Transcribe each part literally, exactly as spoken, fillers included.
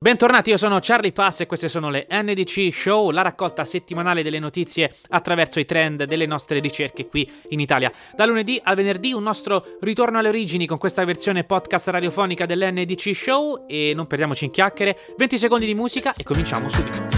Bentornati, io sono Charlie Pass e queste sono le N D C Show, la raccolta settimanale delle notizie attraverso i trend delle nostre ricerche qui in Italia. Da lunedì al venerdì un nostro ritorno alle origini con questa versione podcast radiofonica dell'N D C Show e non perdiamoci in chiacchiere, venti secondi di musica e cominciamo subito.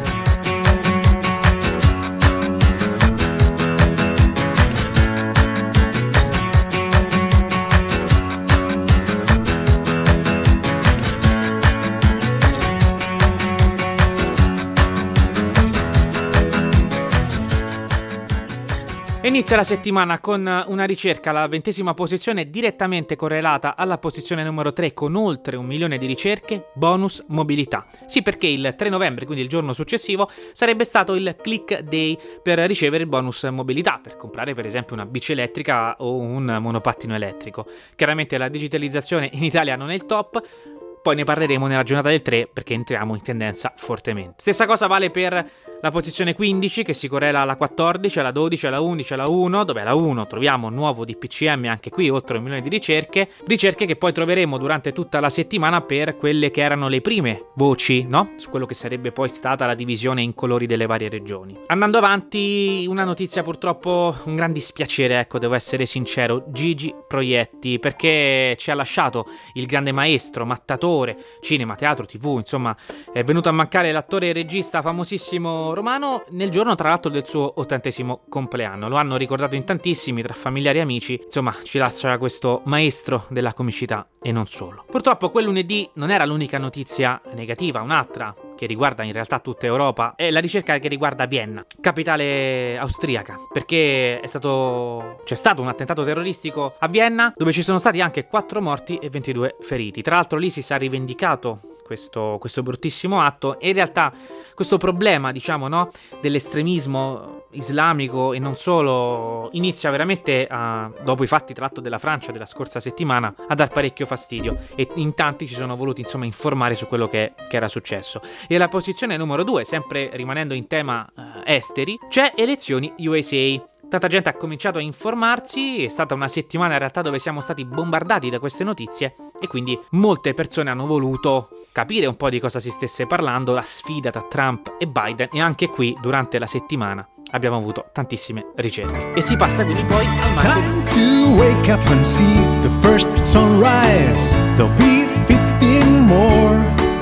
Inizia la settimana con una ricerca alla ventesima posizione direttamente correlata alla posizione numero tre con oltre un milione di ricerche, bonus mobilità. Sì, perché il tre novembre, quindi il giorno successivo, sarebbe stato il click day per ricevere il bonus mobilità, per comprare per esempio una bici elettrica o un monopattino elettrico. Chiaramente la digitalizzazione in Italia non è il top, poi ne parleremo nella giornata del tre perché entriamo in tendenza fortemente. Stessa cosa vale per la posizione quindici che si correla alla quattordici, alla dodici, alla undici, alla uno, dove alla uno troviamo un nuovo D P C M, anche qui oltre un milione di ricerche, ricerche che poi troveremo durante tutta la settimana per quelle che erano le prime voci, no? Su quello che sarebbe poi stata la divisione in colori delle varie regioni. Andando avanti, una notizia purtroppo un gran dispiacere, ecco, devo essere sincero, Gigi Proietti, perché ci ha lasciato il grande maestro, mattatore, cinema, teatro, tv, insomma, è venuto a mancare l'attore e regista famosissimo romano nel giorno tra l'altro del suo ottantesimo compleanno. Lo hanno ricordato in tantissimi tra familiari e amici, insomma ci lascia questo maestro della comicità e non solo. Purtroppo quel lunedì non era l'unica notizia negativa, un'altra che riguarda in realtà tutta Europa è la ricerca che riguarda Vienna, capitale austriaca, perché è stato c'è stato un attentato terroristico a Vienna dove ci sono stati anche quattro morti e ventidue feriti. Tra l'altro lì si sa rivendicato Questo, questo bruttissimo atto e in realtà questo problema, diciamo, no, dell'estremismo islamico e non solo inizia veramente a, dopo i fatti tra l'altro della Francia della scorsa settimana a dar parecchio fastidio e in tanti ci sono voluti insomma informare su quello che, che era successo. E alla posizione numero due, sempre rimanendo in tema eh, esteri, c'è elezioni U S A. Tanta gente ha cominciato a informarsi, è stata una settimana in realtà dove siamo stati bombardati da queste notizie e quindi molte persone hanno voluto capire un po' di cosa si stesse parlando, la sfida tra Trump e Biden, e anche qui durante la settimana abbiamo avuto tantissime ricerche. E si passa quindi poi al martedì. Time to wake up and see the first sunrise. There'll be fifteen more.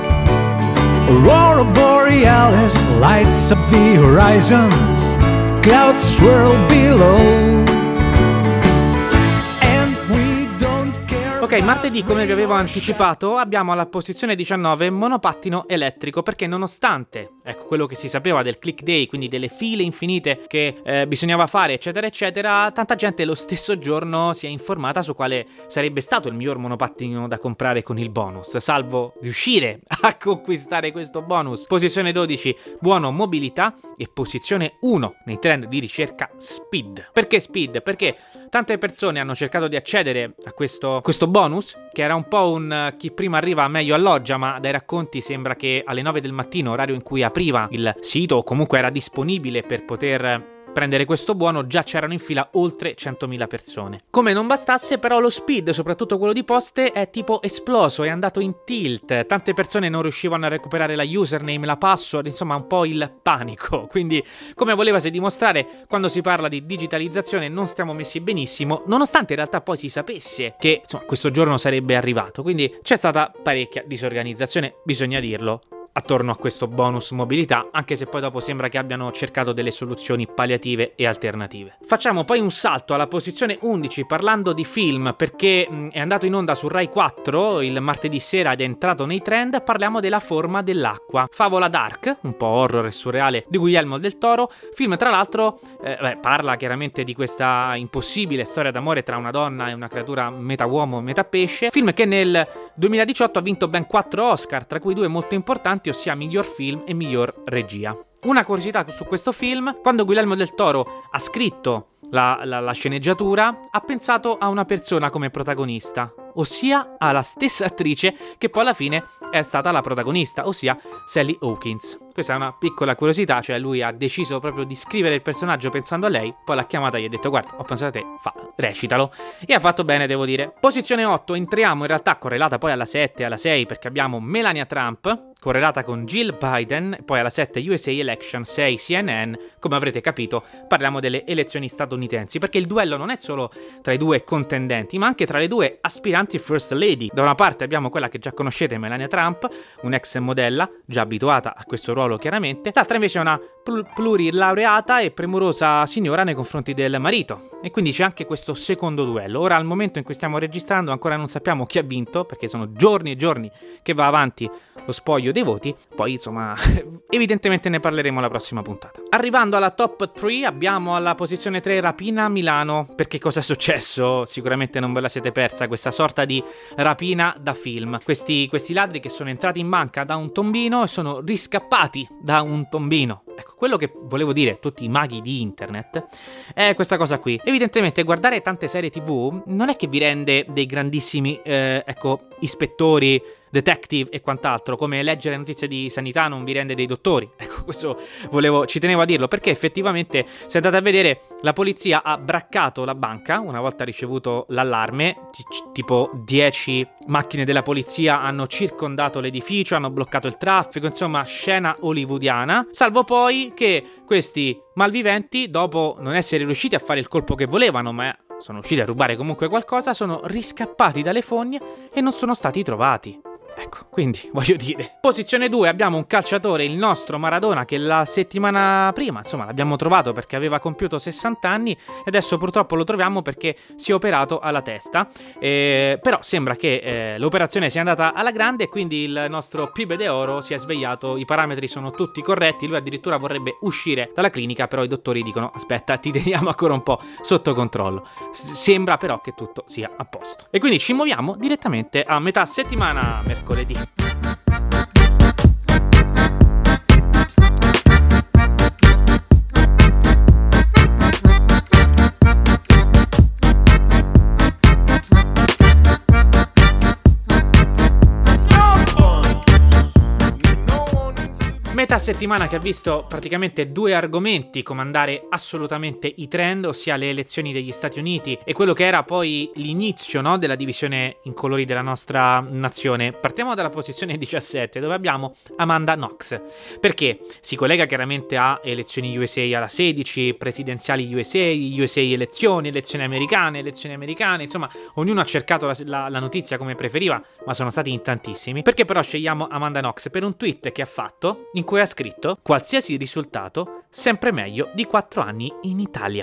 Aurora Borealis lights up the horizon. Clouds swirl below. Ok, martedì, come vi avevo anticipato, abbiamo alla posizione diciannove monopattino elettrico, perché nonostante, ecco, quello che si sapeva del click day, quindi delle file infinite che eh, bisognava fare, eccetera, eccetera, tanta gente lo stesso giorno si è informata su quale sarebbe stato il miglior monopattino da comprare con il bonus, salvo riuscire a conquistare questo bonus. Posizione dodici, buono mobilità, e posizione uno nei trend di ricerca speed. Perché speed? Perché tante persone hanno cercato di accedere a questo, questo bonus, che era un po' un uh, chi prima arriva meglio alloggia, ma dai racconti sembra che alle nove del mattino, orario in cui apriva il sito o comunque era disponibile per poter prendere questo buono, già c'erano in fila oltre centomila persone. Come non bastasse, però, lo speed, soprattutto quello di poste, è tipo esploso, è andato in tilt. Tante persone non riuscivano a recuperare la username, la password, insomma un po' il panico. Quindi, come volevasi dimostrare, quando si parla di digitalizzazione non stiamo messi benissimo, nonostante in realtà poi si sapesse che insomma questo giorno sarebbe arrivato. Quindi c'è stata parecchia disorganizzazione, bisogna dirlo, attorno a questo bonus mobilità, anche se poi dopo sembra che abbiano cercato delle soluzioni palliative e alternative. Facciamo poi un salto alla posizione undici parlando di film, perché mh, è andato in onda su Rai quattro il martedì sera ed è entrato nei trend. Parliamo della forma dell'acqua, favola dark, un po' horror e surreale di Guillermo del Toro, film tra l'altro eh, beh, parla chiaramente di questa impossibile storia d'amore tra una donna e una creatura metà uomo metà pesce, film che nel duemiladiciotto ha vinto ben quattro Oscar, tra cui due molto importanti, ossia miglior film e miglior regia. Una curiosità su questo film: quando Guillermo del Toro ha scritto la, la, la sceneggiatura, ha pensato a una persona come protagonista, ossia alla stessa attrice che poi alla fine è stata la protagonista, ossia Sally Hawkins. Questa è una piccola curiosità, cioè lui ha deciso proprio di scrivere il personaggio pensando a lei, poi l'ha chiamata e gli ha detto guarda, ho pensato a te, fa, recitalo, e ha fatto bene, devo dire. Posizione otto, entriamo in realtà correlata poi alla sette e alla sei, perché abbiamo Melania Trump correlata con Jill Biden, poi alla sette U S A Election, sei C N N. Come avrete capito, parliamo delle elezioni statunitensi, perché il duello non è solo tra i due contendenti, ma anche tra le due aspiranti First Lady. Da una parte abbiamo quella che già conoscete, Melania Trump, un'ex modella, già abituata a questo ruolo chiaramente, l'altra invece è una pl- plurilaureata e premurosa signora nei confronti del marito, e quindi c'è anche questo secondo duello. Ora, al momento in cui stiamo registrando, ancora non sappiamo chi ha vinto, perché sono giorni e giorni che va avanti lo spoglio dei voti, poi insomma evidentemente ne parleremo alla prossima puntata. Arrivando alla top tre abbiamo alla posizione tre Rapina a Milano. Perché cosa è successo? Sicuramente non ve la siete persa questa sorta di rapina da film. Questi, questi ladri che sono entrati in banca da un tombino e sono riscappati da un tombino. Ecco, quello che volevo dire a tutti i maghi di internet è questa cosa qui. Evidentemente guardare tante serie tv non è che vi rende dei grandissimi, eh, ecco, ispettori, detective e quant'altro, come leggere notizie di sanità non vi rende dei dottori. Ecco, questo volevo, ci tenevo a dirlo, perché effettivamente, se andate a vedere, la polizia ha braccato la banca una volta ricevuto l'allarme, t- tipo dieci macchine della polizia hanno circondato l'edificio, hanno bloccato il traffico, insomma scena hollywoodiana, salvo poi che questi malviventi, dopo non essere riusciti a fare il colpo che volevano, ma sono riusciti a rubare comunque qualcosa, sono riscappati dalle fogne e non sono stati trovati. Ecco, quindi voglio dire. Posizione due abbiamo un calciatore, il nostro Maradona, che la settimana prima, insomma, l'abbiamo trovato perché aveva compiuto sessanta anni e adesso purtroppo lo troviamo perché si è operato alla testa. Eh, però sembra che eh, l'operazione sia andata alla grande e quindi il nostro Pibe de Oro si è svegliato, i parametri sono tutti corretti, lui addirittura vorrebbe uscire dalla clinica, però i dottori dicono aspetta, ti teniamo ancora un po' sotto controllo. S- sembra però che tutto sia a posto. E quindi ci muoviamo direttamente a metà settimana, mercoledì. Metà settimana che ha visto praticamente due argomenti comandare assolutamente i trend, ossia le elezioni degli Stati Uniti e quello che era poi l'inizio, no, della divisione in colori della nostra nazione. Partiamo dalla posizione diciassette, dove abbiamo Amanda Knox, perché si collega chiaramente a elezioni U S A alla sedici, presidenziali U S A, U S A elezioni, elezioni americane, elezioni americane, insomma ognuno ha cercato la, la, la notizia come preferiva, ma sono stati in tantissimi. Perché però scegliamo Amanda Knox? Per un tweet che ha fatto in cui ha scritto qualsiasi risultato sempre meglio di quattro anni in Italia.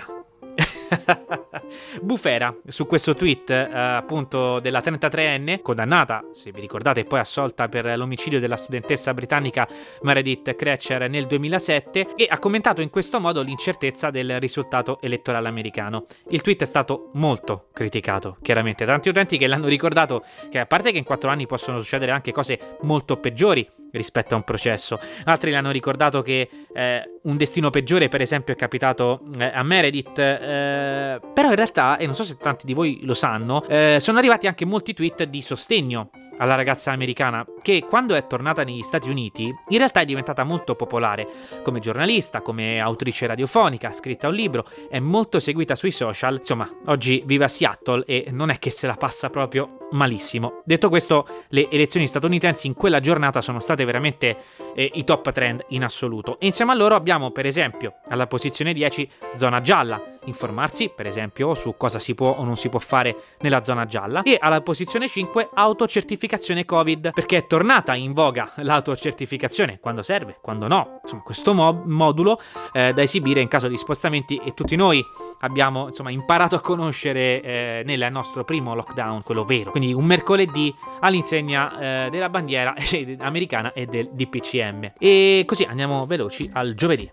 Bufera su questo tweet eh, appunto della trentatreenne condannata, se vi ricordate, poi assolta per l'omicidio della studentessa britannica Meredith Kretcher nel duemilasette, e ha commentato in questo modo l'incertezza del risultato elettorale americano. Il tweet è stato molto criticato, chiaramente, tanti utenti che l'hanno ricordato che a parte che in quattro anni possono succedere anche cose molto peggiori rispetto a un processo, altri le hanno ricordato che eh, un destino peggiore per esempio è capitato eh, a Meredith, eh, però in realtà, e non so se tanti di voi lo sanno, eh, sono arrivati anche molti tweet di sostegno alla ragazza americana, che quando è tornata negli Stati Uniti in realtà è diventata molto popolare come giornalista, come autrice radiofonica, ha scritto un libro, è molto seguita sui social, insomma oggi vive a Seattle e non è che se la passa proprio malissimo. Detto questo, le elezioni statunitensi in quella giornata sono state veramente eh, i top trend in assoluto, e insieme a loro abbiamo per esempio alla posizione dieci zona gialla, informarsi per esempio su cosa si può o non si può fare nella zona gialla, e alla posizione cinque autocertificazione Covid, perché è tornata in voga l'autocertificazione, quando serve, quando no, insomma questo mo- modulo eh, da esibire in caso di spostamenti, e tutti noi abbiamo insomma imparato a conoscere eh, nel nostro primo lockdown, quello vero, quindi un mercoledì all'insegna eh, della bandiera americana e del D P C M. E così andiamo veloci al giovedì.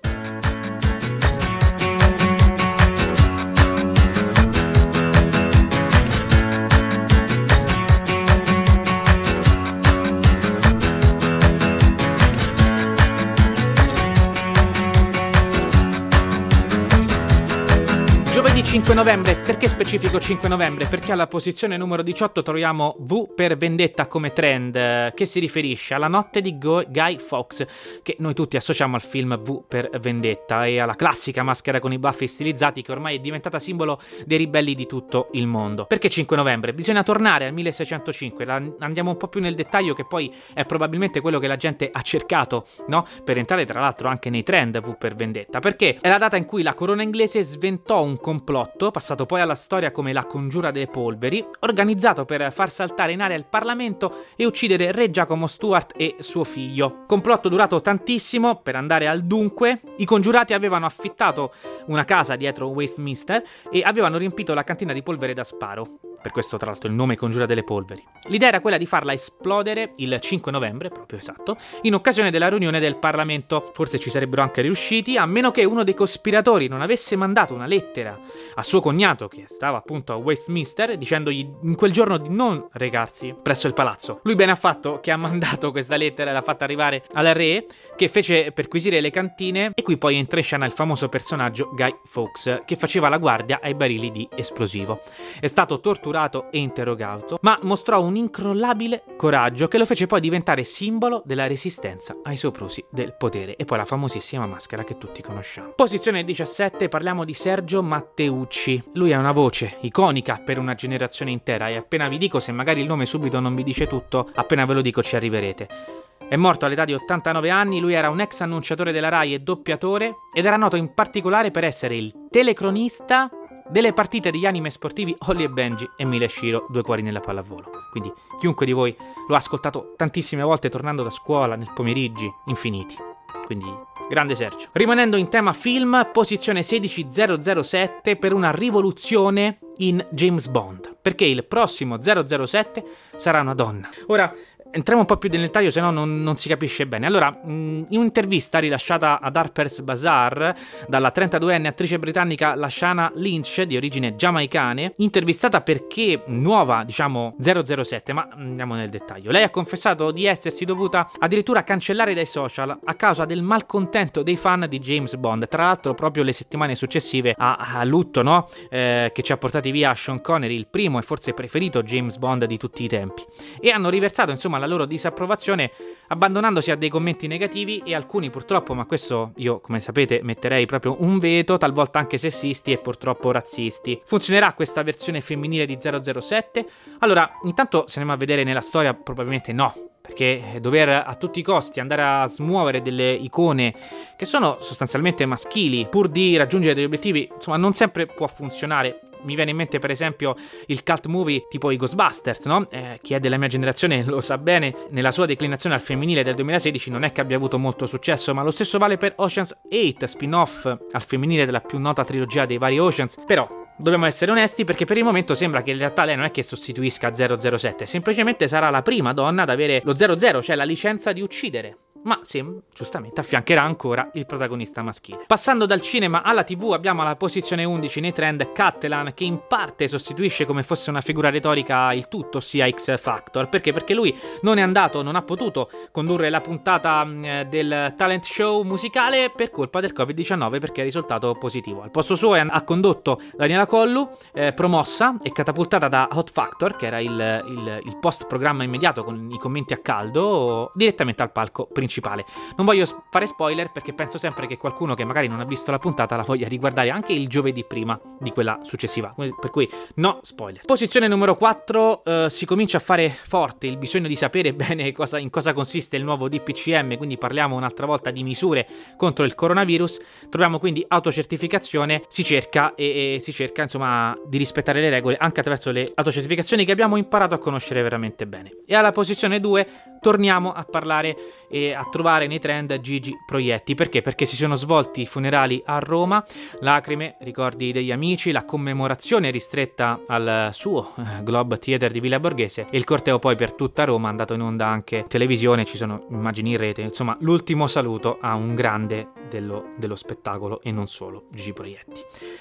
cinque novembre, perché specifico cinque novembre? Perché alla posizione numero diciotto troviamo V per Vendetta come trend, che si riferisce alla notte di Guy Fawkes, che noi tutti associamo al film V per Vendetta e alla classica maschera con i baffi stilizzati che ormai è diventata simbolo dei ribelli di tutto il mondo. Perché cinque novembre? Bisogna tornare al milleseicentocinque, la, andiamo un po' più nel dettaglio, che poi è probabilmente quello che la gente ha cercato, no? Per entrare tra l'altro anche nei trend V per Vendetta, perché è la data in cui la corona inglese sventò un complotto, passato poi alla storia come la congiura delle polveri, organizzato per far saltare in aria il Parlamento e uccidere re Giacomo Stuart e suo figlio. Complotto durato tantissimo. Per andare al dunque, i congiurati avevano affittato una casa dietro Westminster e avevano riempito la cantina di polvere da sparo. Per questo tra l'altro il nome Congiura delle Polveri. L'idea era quella di farla esplodere il cinque novembre, proprio esatto, in occasione della riunione del Parlamento. Forse ci sarebbero anche riusciti, a meno che uno dei cospiratori non avesse mandato una lettera a suo cognato, che stava appunto a Westminster, dicendogli in quel giorno di non recarsi presso il palazzo. Lui bene ha fatto che ha mandato questa lettera e l'ha fatta arrivare al re, che fece perquisire le cantine, e qui poi entra in scena il famoso personaggio Guy Fawkes, che faceva la guardia ai barili di esplosivo. È stato torturato e interrogato, ma mostrò un incrollabile coraggio che lo fece poi diventare simbolo della resistenza ai soprusi del potere, e poi la famosissima maschera che tutti conosciamo. Posizione diciassette, parliamo di Sergio Matteucci. Lui ha una voce iconica per una generazione intera, e appena vi dico, se magari il nome subito non vi dice tutto, appena ve lo dico ci arriverete. È morto all'età di ottantanove anni, lui era un ex annunciatore della Rai e doppiatore, ed era noto in particolare per essere il telecronista delle partite degli anime sportivi Holly e Benji e Mila e Shiro, due cuori nella pallavolo. Quindi chiunque di voi lo ha ascoltato tantissime volte tornando da scuola, nel pomeriggi infiniti. Quindi grande Sergio. Rimanendo in tema film, posizione sedici zero zero sette per una rivoluzione in James Bond, perché il prossimo zero zero sette sarà una donna. Ora entriamo un po' più nel dettaglio, se no non, non si capisce bene. Allora, in un'intervista rilasciata ad Harper's Bazaar dalla trentaduenne attrice britannica Lashana Lynch, di origine giamaicane, intervistata perché nuova, diciamo, zero zero sette, ma andiamo nel dettaglio. Lei ha confessato di essersi dovuta addirittura cancellare dai social a causa del malcontento dei fan di James Bond. Tra l'altro proprio le settimane successive a, a lutto, no? Eh, che ci ha portati via Sean Connery, il primo e forse preferito James Bond di tutti i tempi. E hanno riversato, insomma, la loro disapprovazione abbandonandosi a dei commenti negativi, e alcuni purtroppo, ma questo io come sapete metterei proprio un veto, talvolta anche sessisti e purtroppo razzisti. Funzionerà questa versione femminile di zero zero sette? Allora, intanto se andiamo a vedere nella storia probabilmente no, perché dover a tutti i costi andare a smuovere delle icone che sono sostanzialmente maschili pur di raggiungere degli obiettivi, insomma, non sempre può funzionare. Mi viene in mente per esempio il cult movie tipo i Ghostbusters, no? Eh, chi è della mia generazione lo sa bene, nella sua declinazione al femminile del duemilasedici non è che abbia avuto molto successo, ma lo stesso vale per Ocean's otto, spin-off al femminile della più nota trilogia dei vari Oceans. Però dobbiamo essere onesti, perché per il momento sembra che in realtà lei non è che sostituisca zero zero sette, semplicemente sarà la prima donna ad avere lo zero zero, cioè la licenza di uccidere. Ma sì, giustamente affiancherà ancora il protagonista maschile. Passando dal cinema alla tivù, abbiamo alla posizione undici nei trend Catalan, che in parte sostituisce come fosse una figura retorica il tutto, ossia X Factor. Perché? Perché lui non è andato, non ha potuto condurre la puntata eh, del talent show musicale per colpa del covid diciannove, perché è risultato positivo. Al posto suo ha condotto Daniela Collu, eh, promossa e catapultata da Hot Factor, che era il, il, il post programma immediato con i commenti a caldo, direttamente al palco principale. Non voglio fare spoiler, perché penso sempre che qualcuno che magari non ha visto la puntata la voglia riguardare anche il giovedì prima di quella successiva, per cui no spoiler. Posizione numero quattro, eh, si comincia a fare forte il bisogno di sapere bene cosa, in cosa consiste il nuovo D P C M, quindi parliamo un'altra volta di misure contro il coronavirus. Troviamo quindi autocertificazione, si cerca e, e si cerca insomma di rispettare le regole anche attraverso le autocertificazioni che abbiamo imparato a conoscere veramente bene. E alla posizione due torniamo a parlare e a trovare nei trend Gigi Proietti. Perché? Perché si sono svolti i funerali a Roma, lacrime, ricordi degli amici, la commemorazione ristretta al suo Globe Theatre di Villa Borghese e il corteo poi per tutta Roma, andato in onda anche televisione, ci sono immagini in rete, insomma l'ultimo saluto a un grande dello, dello spettacolo e non solo, Gigi Proietti.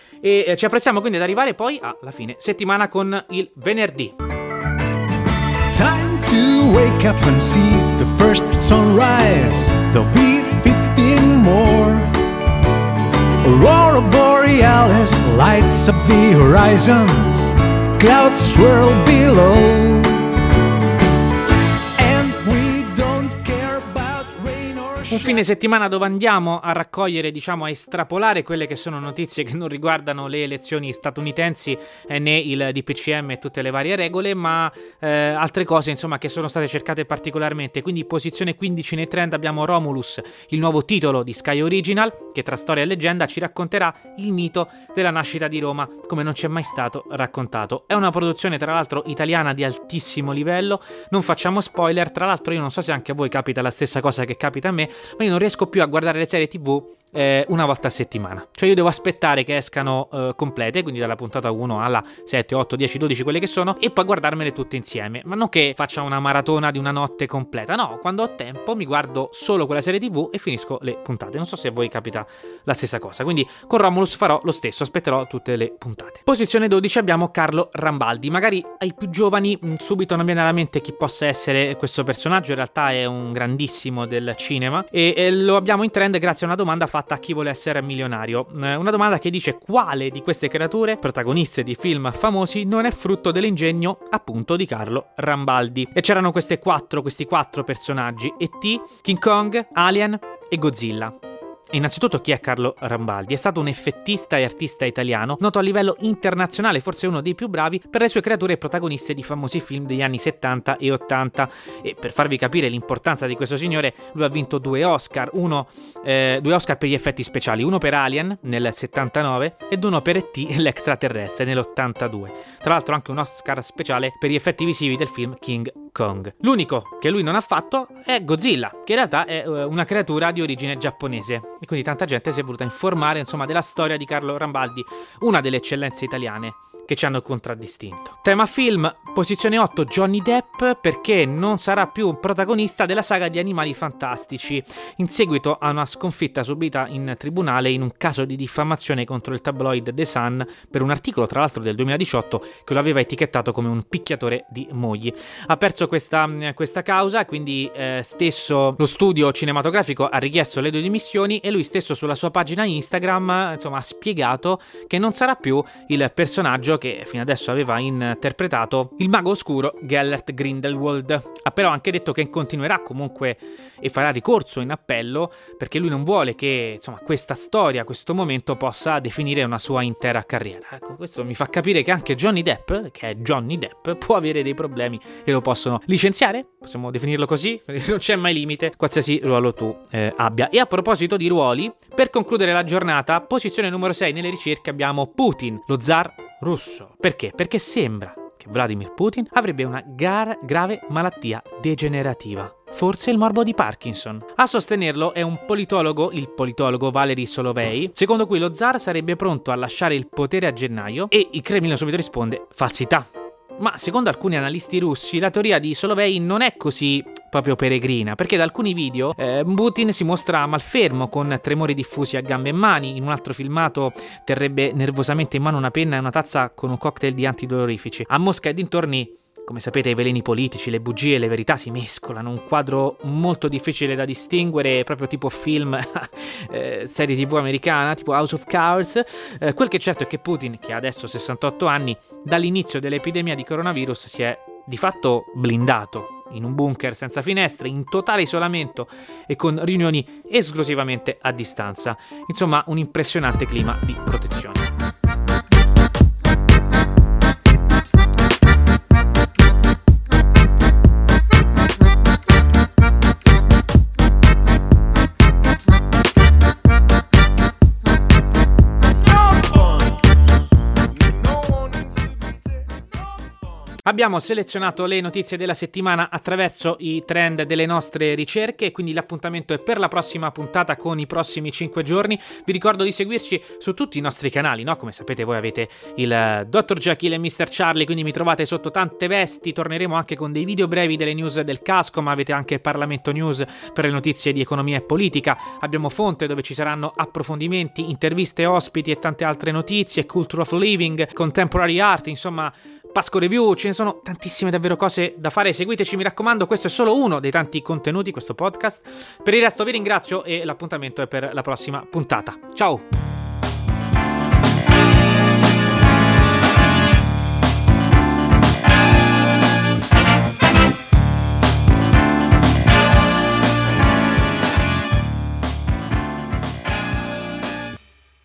E eh, ci apprezziamo quindi ad arrivare poi alla fine settimana con il venerdì. Time to wake up and see the first sunrise. There'll be fifteen more. Aurora Borealis lights up the horizon, clouds swirl below. Un fine settimana dove andiamo a raccogliere, diciamo a estrapolare quelle che sono notizie che non riguardano le elezioni statunitensi eh, né il D P C M e tutte le varie regole, ma eh, altre cose insomma che sono state cercate particolarmente. Quindi posizione quindici nei trend abbiamo Romulus, il nuovo titolo di Sky Original che tra storia e leggenda ci racconterà il mito della nascita di Roma come non c'è mai stato raccontato. È una produzione tra l'altro italiana di altissimo livello, non facciamo spoiler. Tra l'altro io non so se anche a voi capita la stessa cosa che capita a me, ma io non riesco più a guardare le serie tv eh, una volta a settimana. Cioè io devo aspettare che escano eh, complete, quindi dalla puntata uno alla sette, otto, dieci, dodici, quelle che sono, e poi guardarmele tutte insieme. Ma non che faccia una maratona di una notte completa, no, quando ho tempo mi guardo solo quella serie tv e finisco le puntate. Non so se a voi capita la stessa cosa, quindi con Romulus farò lo stesso, aspetterò tutte le puntate. Posizione dodici abbiamo Carlo Rambaldi. Magari ai più giovani mh, subito non viene alla mente chi possa essere questo personaggio, in realtà è un grandissimo del cinema e, e lo abbiamo in trend grazie a una domanda fatta a chi vuole essere milionario. Una domanda che dice: quale di queste creature, protagoniste di film famosi, non è frutto dell'ingegno appunto di Carlo Rambaldi? E c'erano queste quattro, questi quattro personaggi: E T, King Kong, Alien e Godzilla. Innanzitutto, chi è Carlo Rambaldi? È stato un effettista e artista italiano, noto a livello internazionale, forse uno dei più bravi, per le sue creature protagoniste di famosi film degli anni settanta e ottanta. E per farvi capire l'importanza di questo signore, lui ha vinto due Oscar, uno, eh, due Oscar per gli effetti speciali, uno per Alien nel settantanove ed uno per E T l'extraterrestre nell'ottantadue. Tra l'altro anche un Oscar speciale per gli effetti visivi del film King Kong. L'unico che lui non ha fatto è Godzilla, che in realtà è una creatura di origine giapponese, e quindi tanta gente si è voluta informare insomma della storia di Carlo Rambaldi, una delle eccellenze italiane che ci hanno contraddistinto. Tema film, posizione otto Johnny Depp, perché non sarà più un protagonista della saga di Animali Fantastici in seguito a una sconfitta subita in tribunale in un caso di diffamazione contro il tabloid The Sun per un articolo tra l'altro del duemiladiciotto che lo aveva etichettato come un picchiatore di mogli. Ha perso questa, questa causa, quindi eh, stesso lo studio cinematografico ha richiesto le due dimissioni e lui stesso sulla sua pagina Instagram insomma ha spiegato che non sarà più il personaggio che fino adesso aveva interpretato il mago oscuro Gellert Grindelwald. Ha però anche detto che continuerà comunque e farà ricorso in appello perché lui non vuole che insomma questa storia, questo momento possa definire una sua intera carriera. Ecco, questo mi fa capire che anche Johnny Depp, che è Johnny Depp, può avere dei problemi e lo possono licenziare? Possiamo definirlo così? Non c'è mai limite, qualsiasi ruolo tu eh, abbia. E a proposito di ruoli, per concludere la giornata, posizione numero sei nelle ricerche abbiamo Putin, lo zar russo. Perché? Perché sembra che Vladimir Putin avrebbe una gar- grave malattia degenerativa. Forse il morbo di Parkinson. A sostenerlo è un politologo, il politologo Valery Solovey, secondo cui lo zar sarebbe pronto a lasciare il potere a gennaio e il Cremlino subito risponde: falsità. Ma secondo alcuni analisti russi la teoria di Solovey non è così proprio peregrina, perché da alcuni video eh, Putin si mostra malfermo con tremori diffusi a gambe e mani. In un altro filmato terrebbe nervosamente in mano una penna e una tazza con un cocktail di antidolorifici. A Mosca e dintorni, come sapete, i veleni politici, le bugie e le verità si mescolano, un quadro molto difficile da distinguere, proprio tipo film, eh, serie tv americana, tipo House of Cards. Eh, quel che è certo è che Putin, che ha adesso sessantotto anni, dall'inizio dell'epidemia di coronavirus si è di fatto blindato in un bunker senza finestre, in totale isolamento e con riunioni esclusivamente a distanza. Insomma, un impressionante clima di protezione. Abbiamo selezionato le notizie della settimana attraverso i trend delle nostre ricerche, quindi l'appuntamento è per la prossima puntata con i prossimi cinque giorni. Vi ricordo di seguirci su tutti i nostri canali, no? Come sapete voi avete il dottor Jekyll e mister Charlie, quindi mi trovate sotto tante vesti. Torneremo anche con dei video brevi delle news del casco, ma avete anche Parlamento News per le notizie di economia e politica. Abbiamo Fonte, dove ci saranno approfondimenti, interviste, ospiti e tante altre notizie, Culture of Living, Contemporary Art, insomma Pasco Review, ce ne sono tantissime davvero cose da fare. Seguiteci, mi raccomando, questo è solo uno dei tanti contenuti, questo podcast. Per il resto vi ringrazio e l'appuntamento è per la prossima puntata. Ciao!